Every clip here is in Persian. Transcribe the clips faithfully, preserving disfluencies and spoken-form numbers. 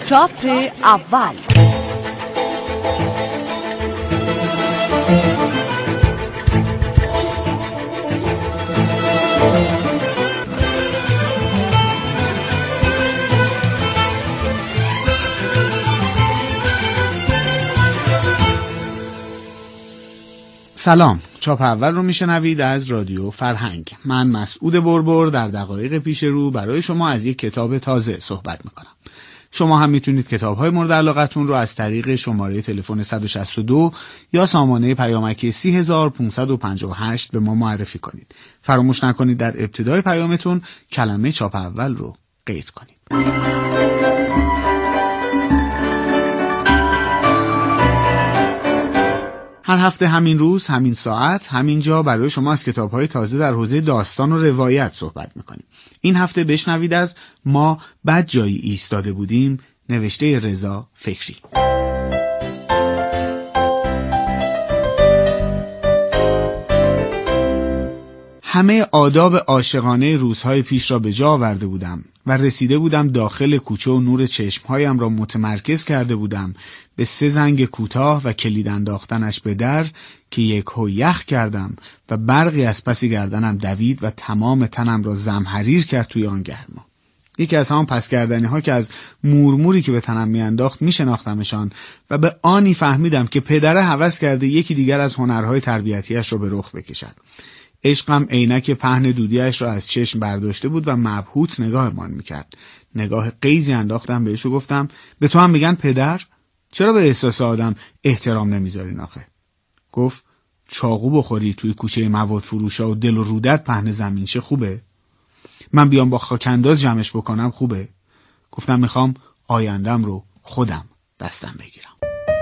چاپ اول. سلام، چاپ اول رو میشنوید از رادیو فرهنگ. من مسعود بربر در دقایق پیش رو برای شما از یک کتاب تازه صحبت میکنم. شما هم میتونید کتاب‌های مورد علاقتون رو از طریق شماره تلفن صد و شصت و دو یا سامانه پیامکی سی هزار و پانصد و پنجاه و هشت به ما معرفی کنید. فراموش نکنید در ابتدای پیامتون کلمه چاپ اول رو قید کنید. هر هفته همین روز، همین ساعت، همین جا برای شما از کتاب‌های تازه در حوزه داستان و روایت صحبت می‌کنیم. این هفته بشنوید از ما بد جایی ایستاده بودیم، نوشته رضا فکری. همه آداب عاشقانه روزهای پیش را به جا آورده بودم و رسیده بودم داخل کوچه و نور چشمهایم را متمرکز کرده بودم به سه زنگ کوتاه و کلید انداختنش به در که یک هو یخ کردم و برقی از پس گردنم دوید و تمام تنم را زمحریر کرد توی آن گرما. یکی از همان پس گردنی ها که از مورموری که به تنم میانداخت میشناختمشان و به آنی فهمیدم که پدره هوس کرده یکی دیگر از هنرهای تربیتیش را به رخ بکشد. عشقم عینک پهن دودیش را از چشم برداشته بود و مبهوت نگاهمان میکرد. نگاه قیزی انداختم بهش و گفتم به تو هم میگن پدر؟ چرا به احساس آدم احترام نمیذارین آخه؟ گفت چاقو بخوری توی کوچه مواد فروشا و دل و رودت پهن زمین چه خوبه؟ من بیام با خاکنداز جمعش بکنم خوبه؟ گفتم میخوام آیندم رو خودم دستم بگیرم.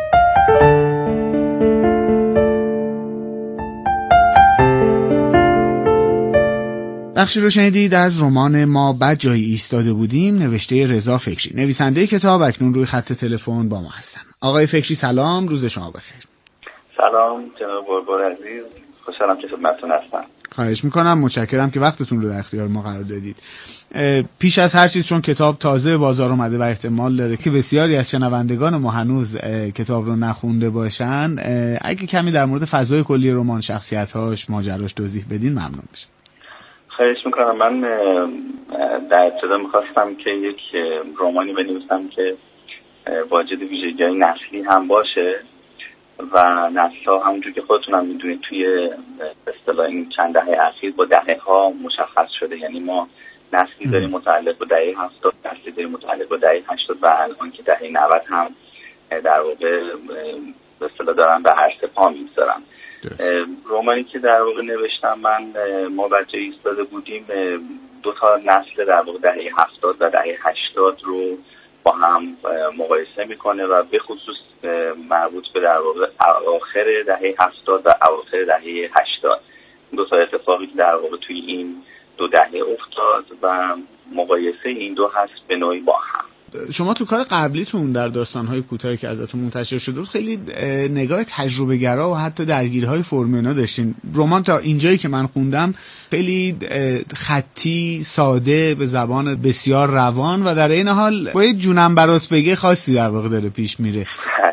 بخشی رو شنیدید از رمان ما بد جایی ایستاده بودیم، نوشته رضا فکری. نویسنده کتاب اکنون روی خط تلفن با ما هستن. آقای فکری سلام، روز شما بخیر. سلام جناب بربر عزیز، خوشحالم که خدمتتون هستم. خواهش میکنم، متشکرم که وقتتون رو در اختیار ما قرار دادید. پیش از هر چیز چون کتاب تازه بازار اومده و احتمال داره که بسیاری از شنوندگان ما هنوز کتاب رو نخونده باشن، اگه کمی در مورد فضای کلی رمان، شخصیت‌هاش، ماجراش توضیح بدین ممنون میشم. خواهش میکنم. من در ابتدا میخواستم که یک رمانی بنویسم که واجد ویژگی‌های نسلی هم باشه و نسل‌ها همونجور که خودتون هم میدونید توی اصطلاح این چند دهه اخیر با دهه‌ها مشخص شده. یعنی ما نسلی داریم متعلق به دهه هفتاد، نسلی داریم متعلق به دهه هشتاد و الان که دهه نود هم در واقع به اصطلاح دارن به هر سه پا می‌گذارن. رمانی که در واقع نوشتم من، ما بد جایی ایستاده بودیم، دو تا نسل در واقع دهه هفتاد و دهه هشتاد رو با هم مقایسه میکنه و به خصوص مربوط به در واقع اواخر دهه هفتاد و اواخر دهه هشتاد، دو تا اتفاقی که در واقع توی این دو دهه افتاد و مقایسه این دو هست به نوعی با هم. شما تو کار قبلیتون در داستان‌های کوتاهی که ازتون منتشر شده بود خیلی نگاه تجربه گرا و حتی درگیری‌های فرمینا داشتین. رمان تا اینجایی که من خوندم خیلی خطی، ساده، به زبان بسیار روان و در این حال با یه جونم برات بگه خاصی در واقع داره پیش میره.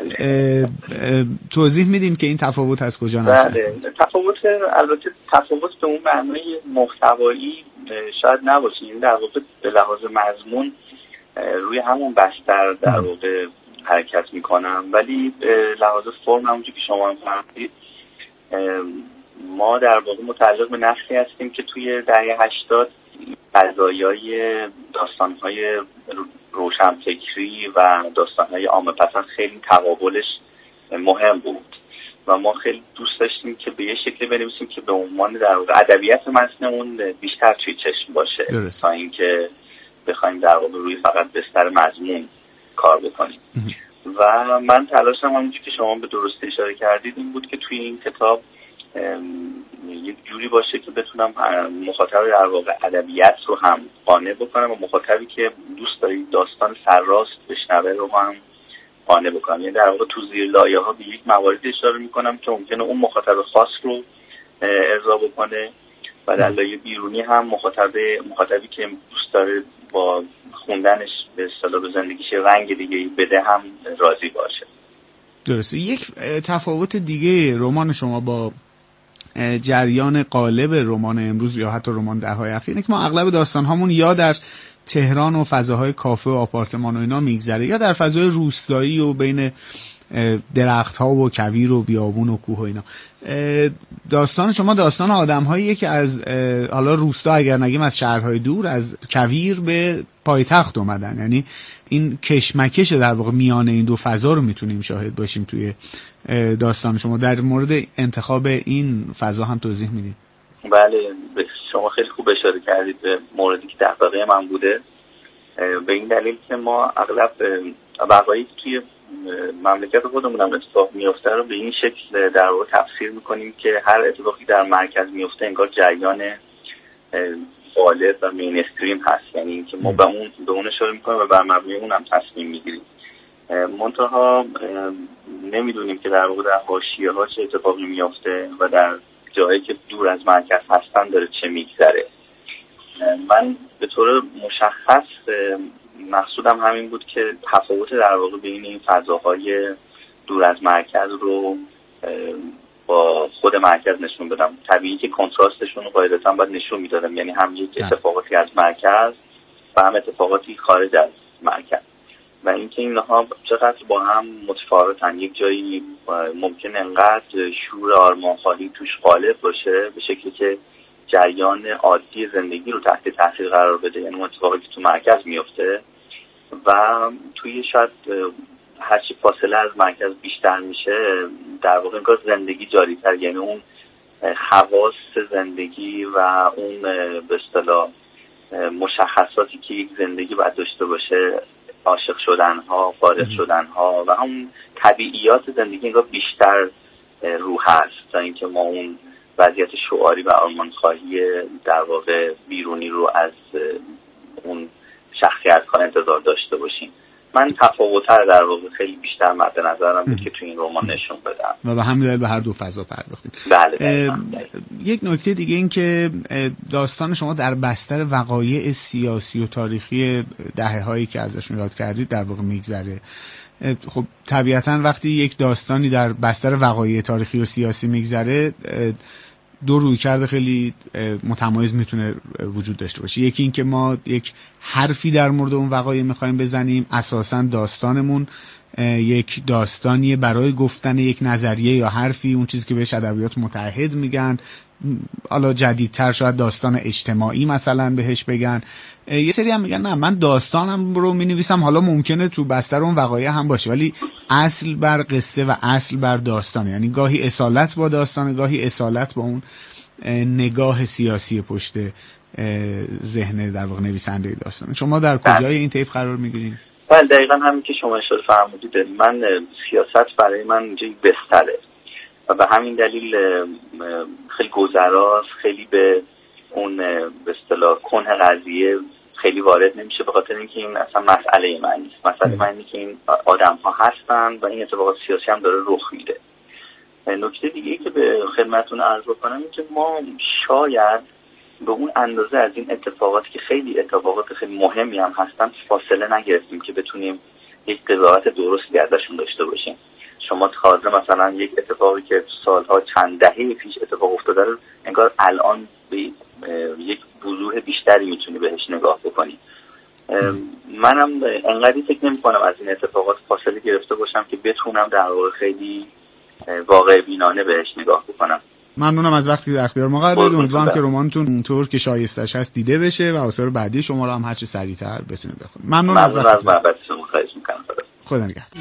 توضیح میدین که این تفاوت از کجا نشد؟ بله، تفاوت البته تفاوت به اون معنای محتوایی شاید نباشه. این در واقع به لحاظ مضمون روی همون بستر در واقع حرکت میکنم، ولی لحاظ فرم همونجور که شما هم فهمیدید ما در واقع متعلق به نسلی هستیم که توی دهه هشتاد قضایای داستانهای روشنفکری و داستانهای عامه‌پسند خیلی تقابلش مهم بود و ما خیلی دوست داشتیم که به یه شکلی بنویسیم که به عنوان در واقع ادبیات متنمون بیشتر توی چشم باشه تا اینکه بخوایم در واقع روی فقط بستر مضمون کار بکنیم. و من تلاشم همونجور که شما به درستی اشاره کردید این بود که توی این کتاب یک جوری باشه که بتونم مخاطب در واقع ادبیات رو هم قانع بکنم و مخاطبی که دوست داره داستان سرراست بشنوه رو هم قانع بکنم. یعنی در واقع تو زیر لایه ها به یک مواردی اشاره میکنم که ممکنه اون مخاطب خاص رو ارضا بکنه و در لایه بیرونی هم مخاطب مخاطبی که دوست داره با خوندنش به اصطلاح به زندگیش رنگ دیگه بده هم راضی باشه. درسته. یک تفاوت دیگه رمان شما با جریان قالب رمان امروز یا حتی رمان دههای اخیر اینه که ما اغلب داستان‌هامون یا در تهران و فضاهای کافه و آپارتمان و اینا میگذره یا در فضای روستایی و بین درخت‌ها و کویر و بیابون و کوه و اینا. داستان شما داستان آدم‌هاییه که از حالا روستا اگر نگیم از شهرهای دور از کویر به پایتخت اومدن، یعنی این کشمکش در واقع میان این دو فضا رو میتونیم شاهد باشیم توی داستان شما. در مورد انتخاب این فضا هم توضیح میدید؟ بله، شما خیلی خوب اشاره کردید به موردی که دغدغه من بوده، به این دلیل که ما اغلب وقایعی توی مملکت خودمون هم اتفاق میفته رو به این شکل در واقع تفسیر میکنیم که هر اتفاقی در مرکز میفته انگار جریان غالب و مینستریم هست، یعنی اینکه ما به اون به اون اشاره میکنیم و بر مبنای اون هم تصمیم میگیریم. منتها نمیدونیم که در واقع در حاشیه ها چه اتفاقی میفته و در جایی که دور از مرکز هستن داره چه میگذره. من به طور مشخص مقصودم همین بود که تفاوت در واقع بین این فضاهای دور از مرکز رو با خود مرکز نشون بدم. طبیعی که کنتراستشون رو قاعدتاً باید نشون میدادم، یعنی هم یک اتفاقاتی از مرکز و هم اتفاقاتی خارج از مرکز و اینکه اینها چقدر با هم متفاوتن. یک جایی ممکن انقدر شور آرمانخواهی توش غالب باشه به شکلی که جریان عادی زندگی رو تحت تاثیر قرار بده، یعنی اتفاقی که تو مرکز میفته و توی شاید هرچی فاصله از مرکز بیشتر میشه در واقع اینکار زندگی جاری تر، یعنی اون حواس زندگی و اون به اصطلاح مشخصاتی که یک زندگی باید داشته باشه، عاشق شدن ها، فارغ شدن ها و همون طبیعیات زندگی انگار بیشتر رو هست تا اینکه ما اون وضعیت شعاری و آرمانخواهی در واقع بیرونی رو از اون شخصیت ها انتظار داشته باشیم. من تفاوت‌ها در واقع خیلی بیشتر مد نظرم بود که تو این رمان نشون بدم و به همین دلیل به هر دو فضا پرداختید. بله. یک نکته دیگه این که داستان شما در بستر وقایع سیاسی و تاریخی دهه‌هایی که ازشون یاد کردید در واقع میگذره. خب طبیعتاً وقتی یک داستانی در بستر وقایع تاریخی و سیاسی میگذره دو رویکرد خیلی متمایز میتونه وجود داشته باشه. یکی این که ما یک حرفی در مورد اون وقایع میخوایم بزنیم، اساساً داستانمون یک داستانیه برای گفتن یک نظریه یا حرفی، اون چیزی که بهش ادبیات متعهد میگن، حالا جدیدتر شاید داستان اجتماعی مثلا بهش بگن. یه سری هم میگن نه من داستانم رو مینویسم، حالا ممکنه تو بستر اون وقایع هم باشه ولی اصل بر قصه و اصل بر داستان، یعنی گاهی اصالت با داستان، گاهی اصالت با اون نگاه سیاسی پشت ذهن در واقع نویسنده داستان. شما در کجای این طیف قرار میگیرید؟ بله دقیقاً همین که شما اشاره فرمودید. من سیاست برای من اینجا بستره و به همین دلیل خیلی گذراست، خیلی به اون به اصطلاح کنه قضیه خیلی وارد نمیشه، به خاطر اینکه این اصلا مسئله من نیست. مسئله من اینه که این آدم ها هستن و این اتفاقات سیاسی هم داره رخ میده. نکته دیگه که به خدمتتون عرض بکنم این که ما شاید به اون اندازه از این اتفاقاتی که خیلی اتفاقات خیلی مهمی هم هستن فاصله نگرفتیم که بتونیم یک قضاوت درستی ازشون داشته باشیم. شما تازه مثلا یک اتفاقی که سالها چند دهه پیش اتفاق افتاده رو انگار الان به یک وضوح بیشتری میتونی بهش نگاه بکنی. منم انقدری فکر نمی کنم از این اتفاقات فاصله گرفته باشم که بتونم در واقع خیلی واقع بینانه بهش نگاه بکنم. ممنونم از وقتی که در اختیار ما قرار دادید. امیدوارم که رمانتون اونطور که شایستش هست دیده بشه و آثار بعدی شما رو هم هرچه سریعتر بتونه بخونه. ممنون از وقتی از محبت شما. خواهش می‌کنم. خدا نگهدار.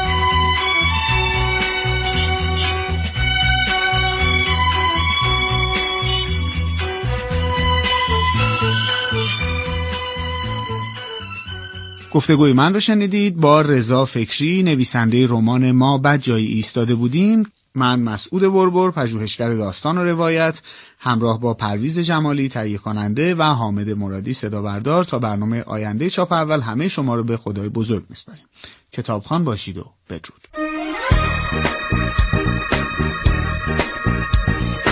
گفتگوی من رو شنیدید با رضا فکری، نویسنده رمان ما بد جایی ایستاده بودیم. من مسعود بربر، پژوهشگر داستان و روایت، همراه با پرویز جمالی تهیه کننده و حامد مرادی صدا بردار تا برنامه آینده چاپ اول همه شما رو به خدای بزرگ میسپاریم. کتابخوان باشید و بدرود.